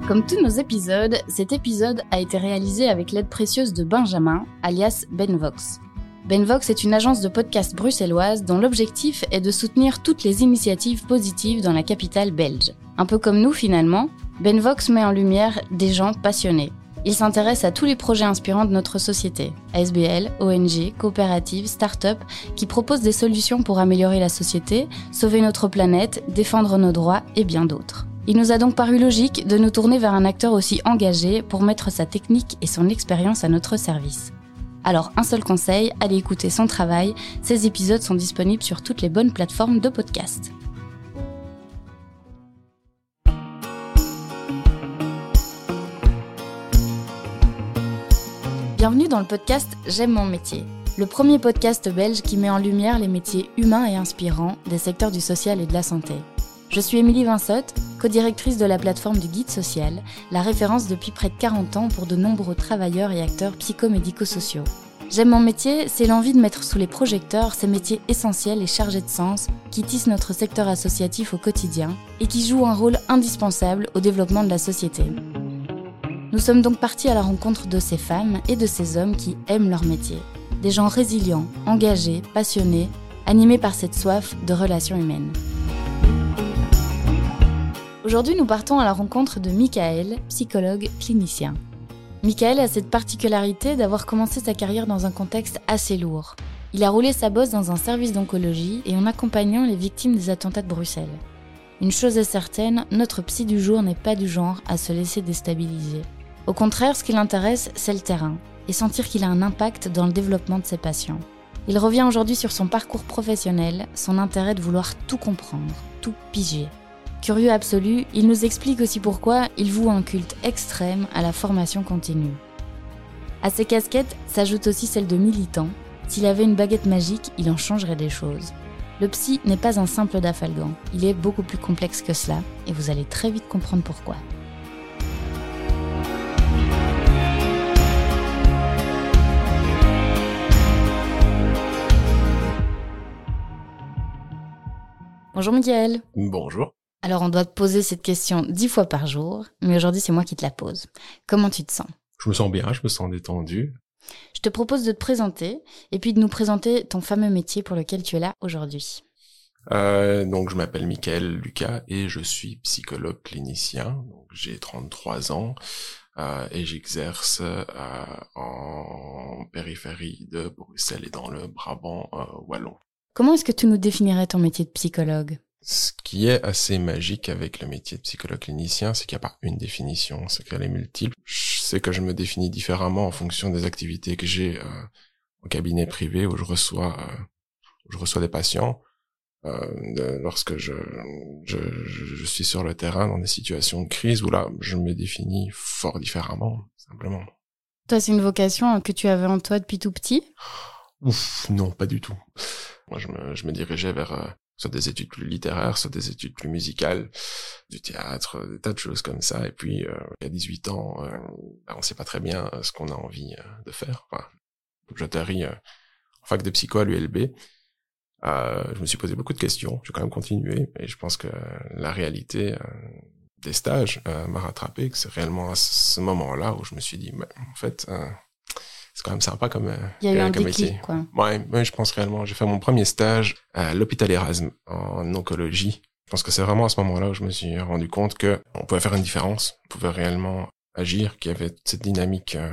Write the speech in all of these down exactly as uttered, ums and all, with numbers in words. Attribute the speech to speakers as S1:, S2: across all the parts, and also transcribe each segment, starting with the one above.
S1: Comme tous nos épisodes, cet épisode a été réalisé avec l'aide précieuse de Benjamin, alias Benvox. Benvox est une agence de podcast bruxelloise dont l'objectif est de soutenir toutes les initiatives positives dans la capitale belge. Un peu comme nous finalement, Benvox met en lumière des gens passionnés. Il s'intéresse à tous les projets inspirants de notre société, A S B L, O N G, coopératives, start-up, qui proposent des solutions pour améliorer la société, sauver notre planète, défendre nos droits et bien d'autres. Il nous a donc paru logique de nous tourner vers un acteur aussi engagé pour mettre sa technique et son expérience à notre service. Alors un seul conseil, allez écouter son travail, ces épisodes sont disponibles sur toutes les bonnes plateformes de podcast. Bienvenue dans le podcast J'aime mon métier, le premier podcast belge qui met en lumière les métiers humains et inspirants des secteurs du social et de la santé. Je suis Émilie Vinsotte, co-directrice de la plateforme du Guide Social, la référence depuis près de quarante ans pour de nombreux travailleurs et acteurs psychomédico-sociaux. J'aime mon métier, c'est l'envie de mettre sous les projecteurs ces métiers essentiels et chargés de sens qui tissent notre secteur associatif au quotidien et qui jouent un rôle indispensable au développement de la société. Nous sommes donc partis à la rencontre de ces femmes et de ces hommes qui aiment leur métier. Des gens résilients, engagés, passionnés, animés par cette soif de relations humaines. Aujourd'hui, nous partons à la rencontre de Michael, psychologue clinicien. Michael a cette particularité d'avoir commencé sa carrière dans un contexte assez lourd. Il a roulé sa bosse dans un service d'oncologie et en accompagnant les victimes des attentats de Bruxelles. Une chose est certaine, notre psy du jour n'est pas du genre à se laisser déstabiliser. Au contraire, ce qui l'intéresse, c'est le terrain, et sentir qu'il a un impact dans le développement de ses patients. Il revient aujourd'hui sur son parcours professionnel, son intérêt de vouloir tout comprendre, tout piger. Curieux absolu, il nous explique aussi pourquoi il voue un culte extrême à la formation continue. À ces casquettes s'ajoute aussi celle de militant. S'il avait une baguette magique, il en changerait des choses. Le psy n'est pas un simple dafalgan, il est beaucoup plus complexe que cela, et vous allez très vite comprendre pourquoi. Bonjour Michael.
S2: Bonjour.
S1: Alors on doit te poser cette question dix fois par jour, mais aujourd'hui c'est moi qui te la pose. Comment tu te sens ?
S2: Je me sens bien, je me sens détendu.
S1: Je te propose de te présenter, et puis de nous présenter ton fameux métier pour lequel tu es là aujourd'hui.
S2: Euh, donc je m'appelle Michael Lucas et je suis psychologue clinicien. Donc, j'ai trente-trois ans euh, et j'exerce euh, en périphérie de Bruxelles et dans le Brabant euh, wallon.
S1: Comment est-ce que tu nous définirais ton métier de psychologue ?
S2: Ce qui est assez magique avec le métier de psychologue clinicien, c'est qu'il n'y a pas une définition, c'est qu'elle est multiple. Je sais que je me définis différemment en fonction des activités que j'ai euh, au cabinet privé où je reçois, euh, où je reçois des patients. Euh, de, lorsque je, je, je suis sur le terrain dans des situations de crise où là, je me définis fort différemment, simplement.
S1: Toi, c'est une vocation que tu avais en toi depuis tout petit ?
S2: Ouf, non, pas du tout. Moi, je me, je me dirigeais vers euh, soit des études plus littéraires, soit des études plus musicales, du théâtre, des tas de choses comme ça. Et puis, euh, à dix-huit ans, euh, ben, on sait pas très bien ce qu'on a envie euh, de faire. Enfin, j'atterris euh, en fac de psycho à l'U L B. Euh, je me suis posé beaucoup de questions. J'ai quand même continué. Et je pense que la réalité euh, des stages euh, m'a rattrapé, que c'est réellement à ce moment-là où je me suis dit, ben, en fait... Euh, c'est quand même sympa comme métier. Il y a eu un déclic, quoi. Ouais, ouais, je pense réellement. J'ai fait mon premier stage à l'hôpital Erasme en oncologie. Je pense que c'est vraiment à ce moment-là où je me suis rendu compte que on pouvait faire une différence, on pouvait réellement agir, qu'il y avait cette dynamique euh,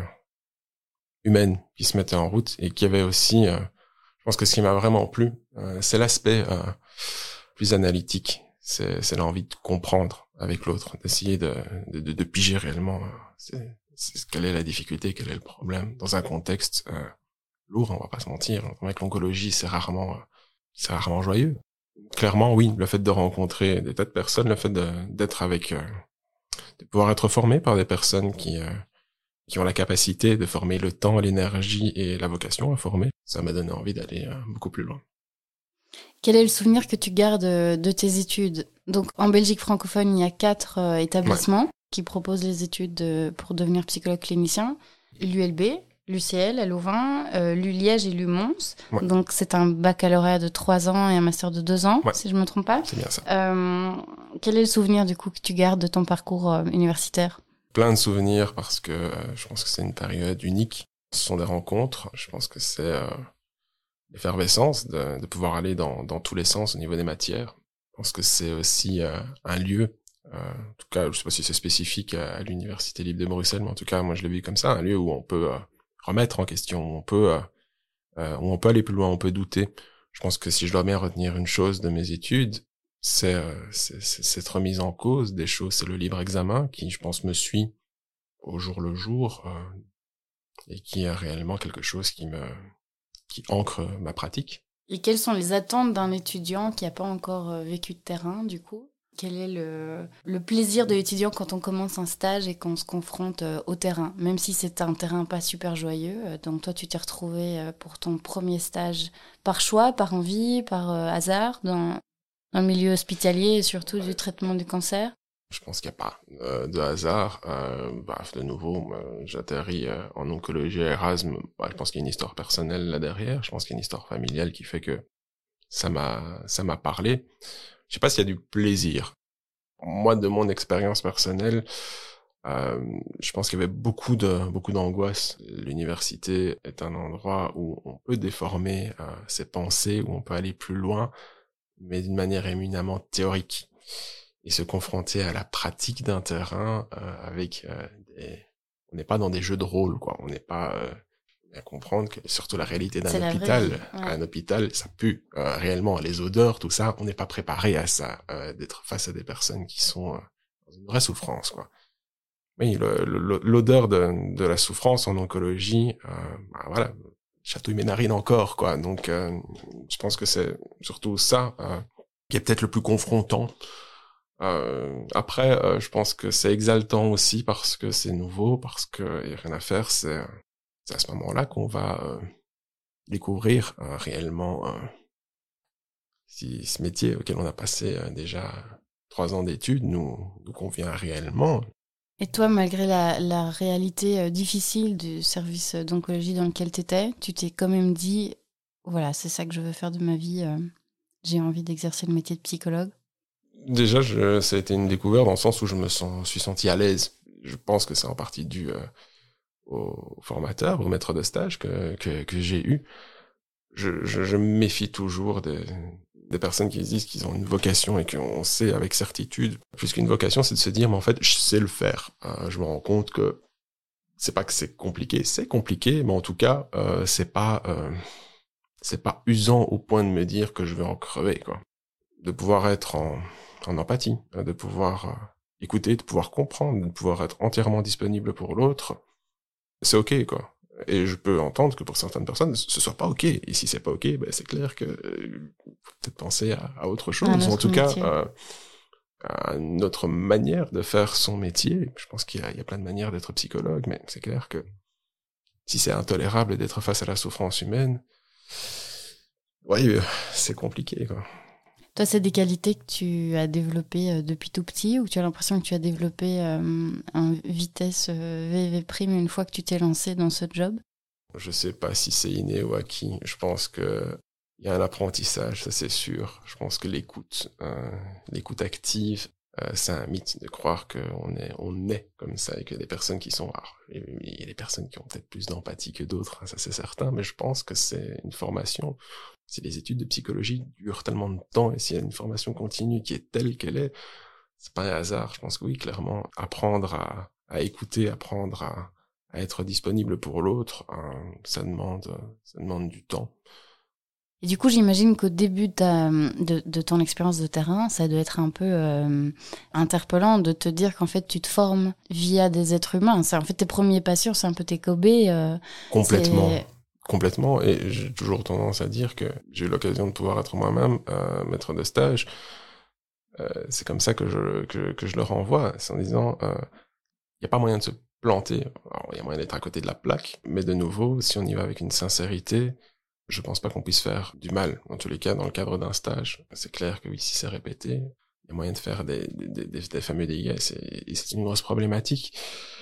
S2: humaine qui se mettait en route et qu'il y avait aussi, euh, je pense que ce qui m'a vraiment plu, euh, c'est l'aspect euh, plus analytique. C'est, c'est l'envie de comprendre avec l'autre, d'essayer de, de, de, de piger réellement. Euh, c'est, C'est quelle est la difficulté, quel est le problème dans un contexte euh, lourd, on va pas se mentir. Avec l'oncologie, c'est rarement, c'est rarement joyeux. Clairement, oui, le fait de rencontrer des tas de personnes, le fait de, d'être avec, euh, de pouvoir être formé par des personnes qui, euh, qui ont la capacité de former le temps, l'énergie et la vocation à former, ça m'a donné envie d'aller euh, beaucoup plus loin.
S1: Quel est le souvenir que tu gardes de tes études ? Donc, en Belgique francophone, il y a quatre euh, établissements. Ouais. Qui proposent les études de, pour devenir psychologue clinicien, l'U L B, l'U C L à Louvain, euh, l'U Liège et l'U Mons. Ouais. Donc c'est un baccalauréat de trois ans et un master de deux ans, ouais. Si je me trompe pas.
S2: C'est bien ça.
S1: Euh, quel est le souvenir du coup que tu gardes de ton parcours euh, universitaire ?
S2: plein de souvenirs parce que euh, je pense que c'est une période unique. Ce sont des rencontres. Je pense que c'est euh, l'effervescence de, de pouvoir aller dans, dans tous les sens au niveau des matières. Je pense que c'est aussi euh, un lieu, euh, en tout cas, je sais pas si c'est spécifique à, à l'Université libre de Bruxelles, mais en tout cas, moi je l'ai vu comme ça, un lieu où on peut euh, remettre en question, où on peut, euh, euh, où on peut aller plus loin, on peut douter. Je pense que si je dois bien retenir une chose de mes études, c'est, euh, c'est, c'est cette remise en cause des choses, c'est le libre examen qui, je pense, me suit au jour le jour euh, et qui est réellement quelque chose qui me qui ancre ma pratique.
S1: Et quelles sont les attentes d'un étudiant qui n'a pas encore vécu de terrain, du coup ? Quel est le, le plaisir de l'étudiant quand on commence un stage et qu'on se confronte au terrain, même si c'est un terrain pas super joyeux. Donc toi, tu t'es retrouvé pour ton premier stage par choix, par envie, par hasard, dans un milieu hospitalier et surtout du traitement du cancer.
S2: Je pense qu'il n'y a pas euh, de hasard. Euh, bah, de nouveau, euh, j'atterris euh, en oncologie à Erasme. Bah, je pense qu'il y a une histoire personnelle là derrière. Je pense qu'il y a une histoire familiale qui fait que ça m'a ça m'a parlé. Je sais pas s'il y a du plaisir. Moi, de mon expérience personnelle, euh, je pense qu'il y avait beaucoup de beaucoup d'angoisse. L'université est un endroit où on peut déformer euh, ses pensées, où on peut aller plus loin, mais d'une manière éminemment théorique. Et se confronter à la pratique d'un terrain euh, avec euh, des... On n'est pas dans des jeux de rôle, quoi. On n'est pas... Euh, à comprendre que surtout la réalité d'un
S1: C'est
S2: hôpital,
S1: ouais.
S2: un hôpital, ça pue euh, réellement, les odeurs, tout ça, on n'est pas préparé à ça, euh, d'être face à des personnes qui sont euh, dans une vraie souffrance, quoi. Oui, le, le, l'odeur de, de la souffrance en oncologie, euh, bah, voilà, chatouille mes narines encore, quoi. Donc, euh, je pense que c'est surtout ça euh, qui est peut-être le plus confrontant. Euh, après, euh, je pense que c'est exaltant aussi parce que c'est nouveau, parce que y a rien à faire, c'est c'est à ce moment-là qu'on va euh, découvrir euh, réellement euh, si ce métier auquel on a passé euh, déjà trois ans d'études nous, nous convient réellement.
S1: Et toi, malgré la, la réalité euh, difficile du service d'oncologie dans lequel tu étais, tu t'es quand même dit, voilà, c'est ça que je veux faire de ma vie, euh, j'ai envie d'exercer le métier de psychologue?
S2: Déjà, je, ça a été une découverte dans le sens où je me sens, suis senti à l'aise. Je pense que c'est en partie dû euh, au formateur, au maître de stage que, que, que j'ai eu. Je, je, je me méfie toujours des, des personnes qui disent qu'ils ont une vocation et qu'on sait avec certitude. Plus qu'une vocation, c'est de se dire, mais en fait, je sais le faire. Euh, je me rends compte que c'est pas que c'est compliqué, c'est compliqué, mais en tout cas, euh, c'est pas, euh, c'est pas usant au point de me dire que je vais en crever, quoi. De pouvoir être en, en empathie, de pouvoir euh, écouter, de pouvoir comprendre, de pouvoir être entièrement disponible pour l'autre, c'est ok, quoi. Et je peux entendre que pour certaines personnes, ce soit pas ok. Et si c'est pas ok, ben c'est clair que euh, faut peut-être penser à, à autre chose.
S1: Un
S2: ou en
S1: autre
S2: tout
S1: métier.
S2: cas, euh, à une autre manière de faire son métier. Je pense qu'il y a, il y a plein de manières d'être psychologue, mais c'est clair que si c'est intolérable d'être face à la souffrance humaine, ouais, euh, c'est compliqué, quoi.
S1: Toi, c'est des qualités que tu as développées depuis tout petit ou tu as l'impression que tu as développé euh, en vitesse euh, V V prime une fois que tu t'es lancé dans ce job?
S2: Je sais pas si c'est inné ou acquis. Je pense que il y a un apprentissage, ça c'est sûr. Je pense que l'écoute, euh, l'écoute active, euh, c'est un mythe de croire qu'on est, on est comme ça et que des personnes qui sont rares. Il y a des personnes qui ont peut-être plus d'empathie que d'autres, hein, ça c'est certain, mais je pense que c'est une formation. Si les études de psychologie durent tellement de temps et s'il y a une formation continue qui est telle qu'elle est, c'est pas un hasard. Je pense que oui, clairement, apprendre à, à écouter, apprendre à, à être disponible pour l'autre, euh, ça demande, ça demande du temps.
S1: Et du coup, j'imagine qu'au début de, ta, de, de ton expérience de terrain, ça doit être un peu euh, interpellant de te dire qu'en fait, tu te formes via des êtres humains. C'est, en fait, tes premiers patients, c'est un peu tes cobayes. Euh,
S2: Complètement.
S1: c'est...
S2: Complètement, et j'ai toujours tendance à dire que j'ai eu l'occasion de pouvoir être moi-même euh, maître de stage. Euh, c'est comme ça que je que, que je le renvoie, c'est en disant il euh, y a pas moyen de se planter. Il y a moyen d'être à côté de la plaque, mais de nouveau, si on y va avec une sincérité, je pense pas qu'on puisse faire du mal. En tous les cas, dans le cadre d'un stage, c'est clair que oui, si c'est répété, il y a moyen de faire des des, des, des fameux dégâts. C'est, et c'est une grosse problématique.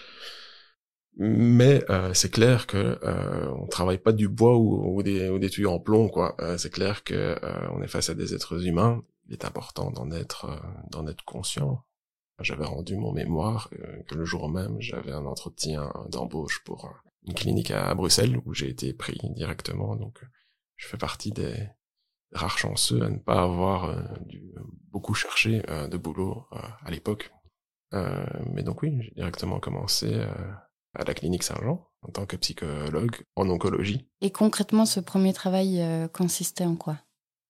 S2: Mais euh, c'est clair que euh, on travaille pas du bois ou, ou des ou des tuyaux en plomb, quoi. Euh, c'est clair que euh, on est face à des êtres humains. Il est important d'en être euh, d'en être conscient. J'avais rendu mon mémoire, euh, que le jour même, j'avais un entretien d'embauche pour euh, une clinique à Bruxelles où j'ai été pris directement. Donc, je fais partie des rares chanceux à ne pas avoir euh, dû beaucoup chercher euh, de boulot euh, à l'époque. Euh, mais donc oui, j'ai directement commencé euh, à la clinique Saint-Jean en tant que psychologue en oncologie.
S1: Et concrètement, ce premier travail euh, consistait en quoi ?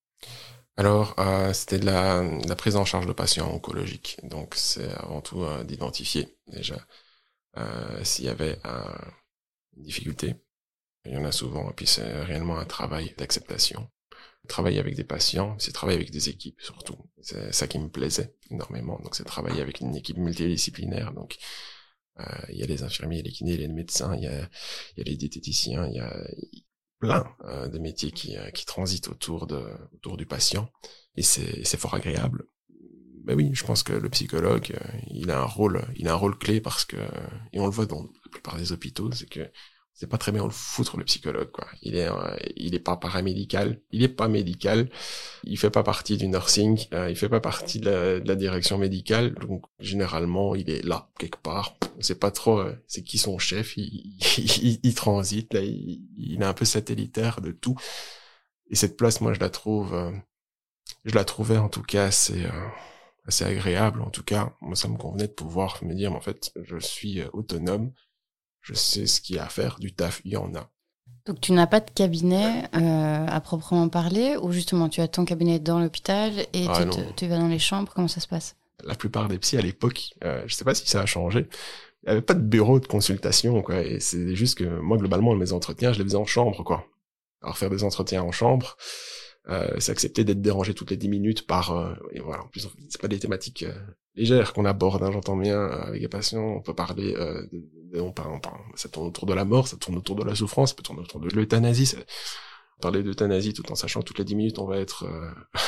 S2: Alors, euh, c'était de la, de la prise en charge de patients oncologiques. Donc, c'est avant tout euh, d'identifier déjà euh, s'il y avait euh, une difficulté. Il y en a souvent, et puis c'est réellement un travail d'acceptation. Travailler avec des patients, c'est travailler avec des équipes surtout. C'est ça qui me plaisait énormément. Donc, c'est travailler avec une équipe multidisciplinaire. Donc, euh, il y a les infirmiers, les kinés, les médecins, il y a, il y a les diététiciens, il y a plein euh, de métiers qui, euh, qui transitent autour de autour du patient, et c'est c'est fort agréable. Mais oui, je pense que le psychologue, euh, il a un rôle, il a un rôle clé parce que, et on le voit dans la plupart des hôpitaux, c'est que c'est pas très bien où le foutre le psychologue, quoi. Il est, euh, il est pas paramédical, il est pas médical, il fait pas partie du nursing, euh, il fait pas partie de la, de la direction médicale, donc généralement il est là quelque part. On sait pas trop, euh, c'est qui son chef, il, il, il transite là, il, il est un peu satellitaire de tout. Et cette place, moi, je la trouve, euh, je la trouvais en tout cas assez, euh, assez agréable. En tout cas, moi, ça me convenait de pouvoir me dire, mais en fait, je suis euh, autonome. Je sais ce qu'il y a à faire, du taf, il y en a.
S1: Donc tu n'as pas de cabinet euh, à proprement parler, ou justement tu as ton cabinet dans l'hôpital et
S2: Ah,
S1: tu,
S2: non.
S1: te, tu vas dans les chambres, comment ça se passe ?
S2: La plupart des psys à l'époque, euh, je sais pas si ça a changé, il n'y avait pas de bureau de consultation, quoi. Et c'est juste que moi, globalement, mes entretiens, je les faisais en chambre, quoi. Alors faire des entretiens en chambre, euh, c'est accepter d'être dérangé toutes les dix minutes par... Euh, et voilà, en plus, c'est pas des thématiques euh, légères qu'on aborde, hein, j'entends bien, euh, avec les patients. On peut parler... Euh, de, de, on parle, on parle, ça tourne autour de la mort, ça tourne autour de la souffrance, ça peut tourner autour de l'euthanasie. Ça, parler d'euthanasie tout en sachant que toutes les dix minutes, on va être euh,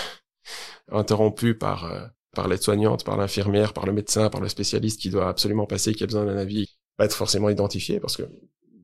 S2: interrompu par... Euh, par l'aide-soignante, par l'infirmière, par le médecin, par le spécialiste qui doit absolument passer, qui a besoin d'un avis, pas être forcément identifié, parce que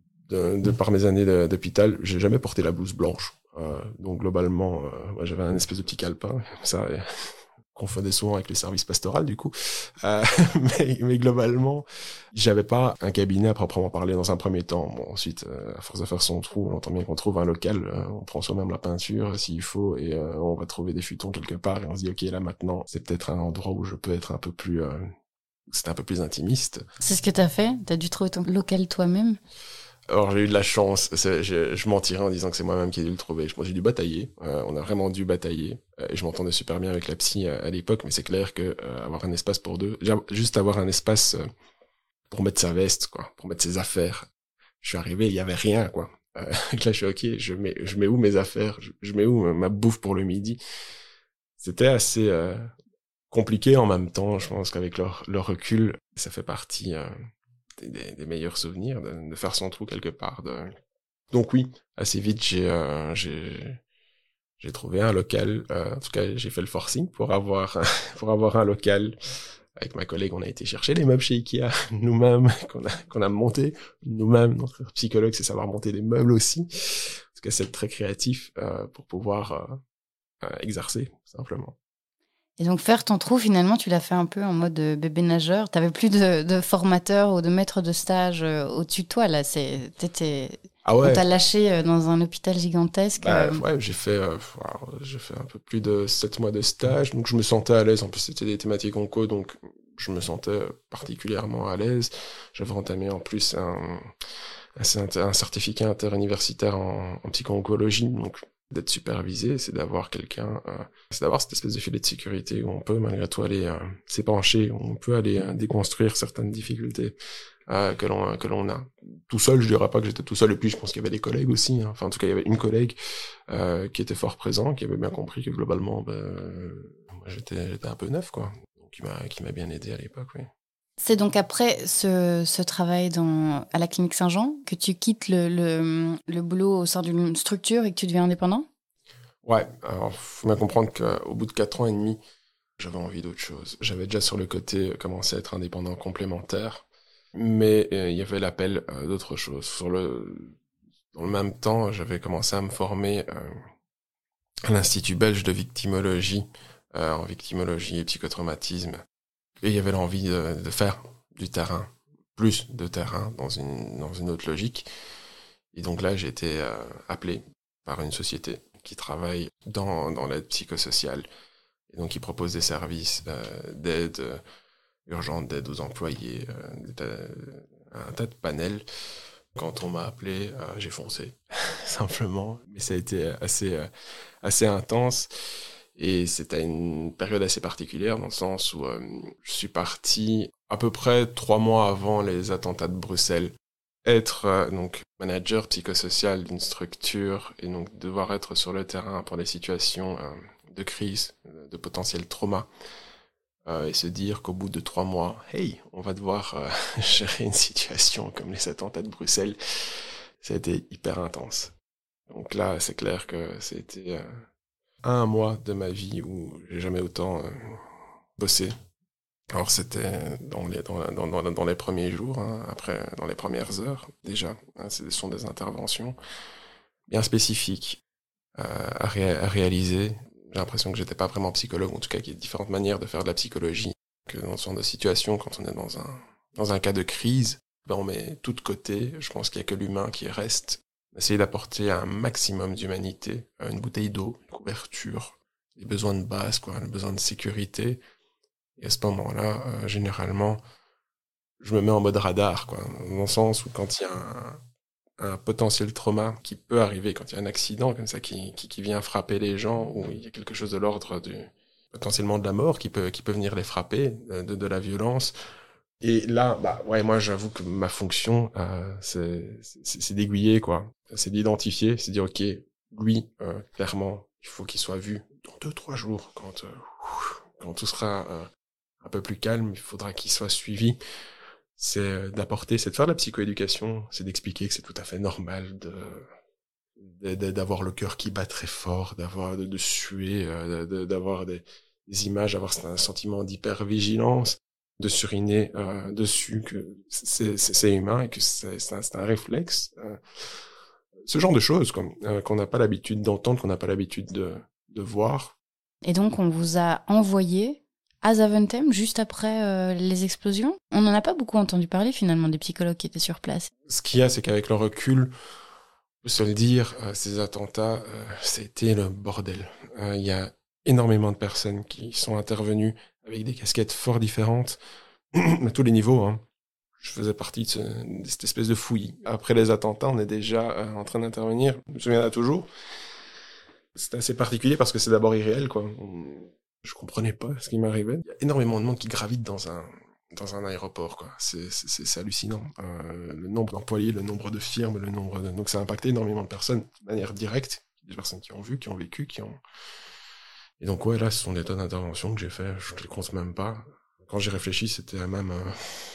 S2: de, de par mes années de, d'hôpital, j'ai jamais porté la blouse blanche. Euh, donc globalement, euh, moi, j'avais un espèce de petit calepin, ça euh, confondait souvent avec le service pastoral du coup. Euh, mais, mais globalement, j'avais pas un cabinet à proprement parler dans un premier temps. Bon, ensuite, euh, à force de faire son trou, on entend bien qu'on trouve un local, euh, on prend soi-même la peinture s'il faut, et euh, on va trouver des futons quelque part, et on se dit ok, là maintenant, c'est peut-être un endroit où je peux être un peu plus, euh, c'est un peu plus intimiste.
S1: C'est ce que t'as fait ? T'as dû trouver ton local toi-même ?
S2: Alors j'ai eu de la chance, c'est, je, je mentirais en disant que c'est moi-même qui ai dû le trouver. Je pense que j'ai dû batailler, euh, on a vraiment dû batailler, euh, et je m'entendais super bien avec la psy à, à l'époque, mais c'est clair que euh, avoir un espace pour deux, juste avoir un espace euh, pour mettre sa veste, quoi, pour mettre ses affaires. Je suis arrivé, il y avait rien, quoi. Euh, là je suis ok, je mets, je mets où mes affaires, je, je mets où ma bouffe pour le midi. C'était assez euh, compliqué en même temps. Je pense qu'avec leur, leur recul, ça fait partie euh, Des, des meilleurs souvenirs, de, de faire son trou quelque part. De... Donc oui, assez vite, j'ai, euh, j'ai, j'ai trouvé un local. Euh, en tout cas, j'ai fait le forcing pour avoir, pour avoir un local. Avec ma collègue, on a été chercher les meubles chez Ikea nous-mêmes, qu'on a, qu'on a monté nous-mêmes. Notre psychologue, c'est savoir monter des meubles aussi. En tout cas, c'est très créatif euh, pour pouvoir euh, euh, exercer, simplement.
S1: Et donc faire ton trou, finalement, tu l'as fait un peu en mode bébé nageur. T'avais plus de, de formateur ou de maître de stage euh, au-dessus de toi, là. C'est, t'étais...
S2: Ah ouais.
S1: On t'a lâché dans un hôpital gigantesque.
S2: Bah,
S1: euh...
S2: ouais, j'ai fait, euh, j'ai fait un peu plus de sept mois de stage, donc je me sentais à l'aise. En plus, c'était des thématiques onco, donc je me sentais particulièrement à l'aise. J'avais entamé en plus un, un, un certificat interuniversitaire en, en psycho-oncologie, donc d'être supervisé, c'est d'avoir quelqu'un, euh, c'est d'avoir cette espèce de filet de sécurité où on peut malgré tout aller euh, s'épancher, où on peut aller euh, déconstruire certaines difficultés euh, que l'on que l'on a. Tout seul, je dirais pas que j'étais tout seul, et puis je pense qu'il y avait des collègues aussi, hein. Enfin en tout cas il y avait une collègue euh, qui était fort présent, qui avait bien compris que globalement, ben, euh, moi j'étais j'étais un peu neuf, quoi, donc qui m'a qui m'a bien aidé à l'époque, oui.
S1: C'est donc après ce, ce travail dans, à la clinique Saint-Jean que tu quittes le, le, le boulot au sein d'une structure et que tu deviens indépendant ?
S2: Ouais, alors faut bien comprendre qu'au bout de quatre ans et demi, j'avais envie d'autre chose. J'avais déjà sur le côté commencé à être indépendant complémentaire, mais euh, il y avait l'appel euh, d'autre chose. Sur le, dans le même temps, j'avais commencé à me former euh, à l'Institut belge de victimologie, euh, en victimologie et psychotraumatisme. Et il y avait l'envie de, de faire du terrain, plus de terrain, dans une, dans une autre logique. Et donc là, j'ai été euh, appelé par une société qui travaille dans, dans l'aide psychosociale. Et donc, qui propose des services euh, d'aide euh, urgente, d'aide aux employés, euh, un tas de panels. Quand on m'a appelé, euh, j'ai foncé, simplement. Mais ça a été assez, euh, assez intense. Et c'était une période assez particulière dans le sens où euh, je suis parti à peu près trois mois avant les attentats de Bruxelles. Être euh, donc manager psychosocial d'une structure et donc devoir être sur le terrain pour des situations euh, de crise, de potentiel trauma, euh, et se dire qu'au bout de trois mois, hey, on va devoir euh, gérer une situation comme les attentats de Bruxelles, ça a été hyper intense. Donc là, c'est clair que c'était euh, un mois de ma vie où j'ai jamais autant euh, bossé. Alors c'était dans les, dans, dans, dans, dans les premiers jours, hein, après dans les premières heures déjà, hein, ce sont des interventions bien spécifiques euh, à, ré, à réaliser. J'ai l'impression que j'étais pas vraiment psychologue, en tout cas qu'il y a différentes manières de faire de la psychologie, que dans ce genre de situation, quand on est dans un, dans un cas de crise, ben on met tout de côté, je pense qu'il y a que l'humain qui reste, essayer d'apporter un maximum d'humanité, une bouteille d'eau, une couverture, les besoins de base, quoi, les besoins de sécurité. Et à ce moment-là, euh, généralement, je me mets en mode radar, quoi, dans le sens où quand il y a un, un potentiel trauma qui peut arriver, quand il y a un accident comme ça qui, qui, qui vient frapper les gens, ou il y a quelque chose de l'ordre du potentiellement de la mort qui peut, qui peut venir les frapper, de, de la violence. Et là, bah ouais, moi j'avoue que ma fonction, euh, c'est, c'est, c'est d'aiguiller, quoi. C'est d'identifier, c'est de dire, ok, lui, euh, clairement, il faut qu'il soit vu dans deux, trois jours, quand, euh, quand tout sera euh, un peu plus calme, il faudra qu'il soit suivi. C'est d'apporter, c'est de faire de la psychoéducation, c'est d'expliquer que c'est tout à fait normal de, de, de d'avoir le cœur qui bat très fort, d'avoir de, de suer, euh, de, d'avoir des, des images, d'avoir un sentiment d'hypervigilance, de suriner euh, dessus, que c'est, c'est, c'est humain et que c'est, c'est, un, c'est un réflexe. Euh, ce genre de choses quoi, euh, qu'on n'a pas l'habitude d'entendre, qu'on n'a pas l'habitude de, de voir.
S1: Et donc on vous a envoyé à Zaventem, juste après euh, les explosions. On n'en a pas beaucoup entendu parler, finalement, des psychologues qui étaient sur place.
S2: Ce qu'il y a, c'est qu'avec le recul, je peux se le dire, euh, ces attentats, euh, c'était le bordel. Euh, il y a énormément de personnes qui sont intervenues avec des casquettes fort différentes, à tous les niveaux. Hein. Je faisais partie de, ce, de cette espèce de fouillis. Après les attentats, on est déjà euh, en train d'intervenir. Je me souviendrai toujours. C'était assez particulier parce que c'est d'abord irréel, quoi. On... Je comprenais pas ce qui m'arrivait. Il y a énormément de monde qui gravite dans un dans un aéroport, quoi. C'est c'est c'est, c'est hallucinant. Euh, le nombre d'employés, le nombre de firmes, le nombre de... donc ça a impacté énormément de personnes de manière directe. Des personnes qui ont vu, qui ont vécu, qui ont. Et donc ouais, là, ce sont des tas d'interventions que j'ai fait. Je les compte même pas. Quand j'y réfléchis, c'était même euh...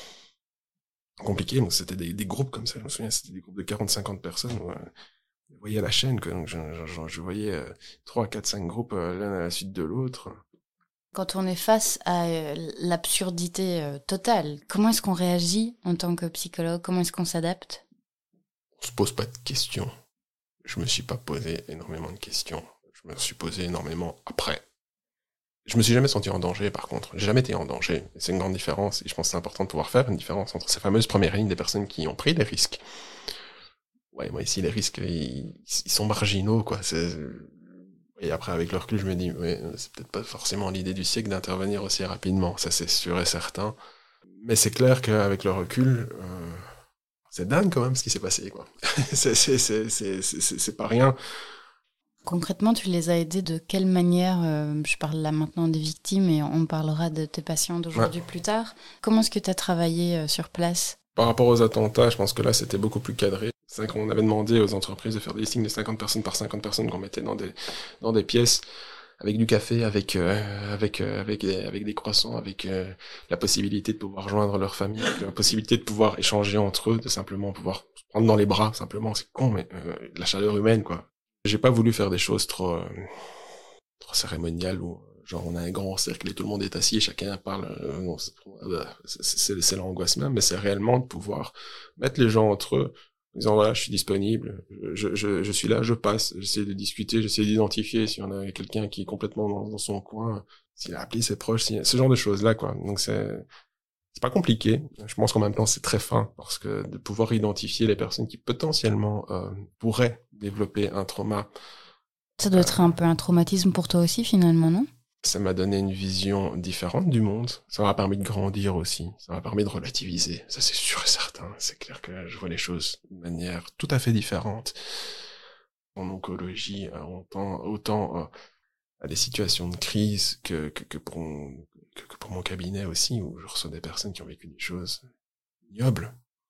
S2: compliqué. Donc c'était des, des groupes comme ça. Je me souviens, c'était des groupes de quarante cinquante personnes. Ouais. Vous voyez à la chaîne, que donc je, je, je voyais euh, trois, quatre, cinq groupes euh, l'un à la suite de l'autre.
S1: Quand on est face à euh, l'absurdité euh, totale, comment est-ce qu'on réagit en tant que psychologue? Comment est-ce qu'on s'adapte?
S2: On se pose pas de questions. Je me suis pas posé énormément de questions. Je me suis posé énormément après. Je me suis jamais senti en danger, par contre. J'ai jamais été en danger. C'est une grande différence. Et je pense que c'est important de pouvoir faire une différence entre ces fameuses premières lignes des personnes qui ont pris des risques. Ouais, moi ici, les risques, ils, ils sont marginaux, quoi. C'est... Et après, avec le recul, je me dis, ouais, c'est peut-être pas forcément l'idée du siècle d'intervenir aussi rapidement, ça c'est sûr et certain. Mais c'est clair qu'avec le recul, euh, c'est dingue quand même ce qui s'est passé, quoi. c'est, c'est, c'est, c'est, c'est, c'est pas rien.
S1: Concrètement, tu les as aidés de quelle manière? euh, Je parle là maintenant des victimes et on parlera de tes patients d'aujourd'hui ouais. plus tard. Comment est-ce que tu as travaillé euh, sur place?
S2: Par rapport aux attentats, je pense que là, c'était beaucoup plus cadré. C'est vrai qu'on avait demandé aux entreprises de faire des listings de cinquante personnes par cinquante personnes qu'on mettait dans des, dans des pièces, avec du café, avec, euh, avec, euh, avec, des, avec des croissants, avec euh, la possibilité de pouvoir joindre leur famille, avec la possibilité de pouvoir échanger entre eux, de simplement pouvoir se prendre dans les bras, simplement. C'est con, mais euh, la chaleur humaine, quoi. J'ai pas voulu faire des choses trop, euh, trop cérémoniales où, genre, on a un grand cercle et tout le monde est assis et chacun parle. Euh, non, c'est, c'est, c'est, c'est l'angoisse même, mais c'est réellement de pouvoir mettre les gens entre eux, en disant voilà, je suis disponible, je, je, je suis là, je passe, j'essaie de discuter, j'essaie d'identifier si on a quelqu'un qui est complètement dans, dans son coin, s'il a appelé ses proches, si, ce genre de choses-là, quoi. Donc c'est, c'est pas compliqué. Je pense qu'en même temps, c'est très fin, parce que de pouvoir identifier les personnes qui potentiellement euh, pourraient développer un trauma.
S1: Ça doit euh, être un peu un traumatisme pour toi aussi, finalement, non?
S2: Ça m'a donné une vision différente du monde. Ça m'a permis de grandir aussi. Ça m'a permis de relativiser. Ça, c'est sûr et certain. C'est clair que je vois les choses de manière tout à fait différente. En oncologie, autant, autant euh, à des situations de crise que, que, que, pour mon, que, que pour mon cabinet aussi, où je reçois des personnes qui ont vécu des choses ignobles.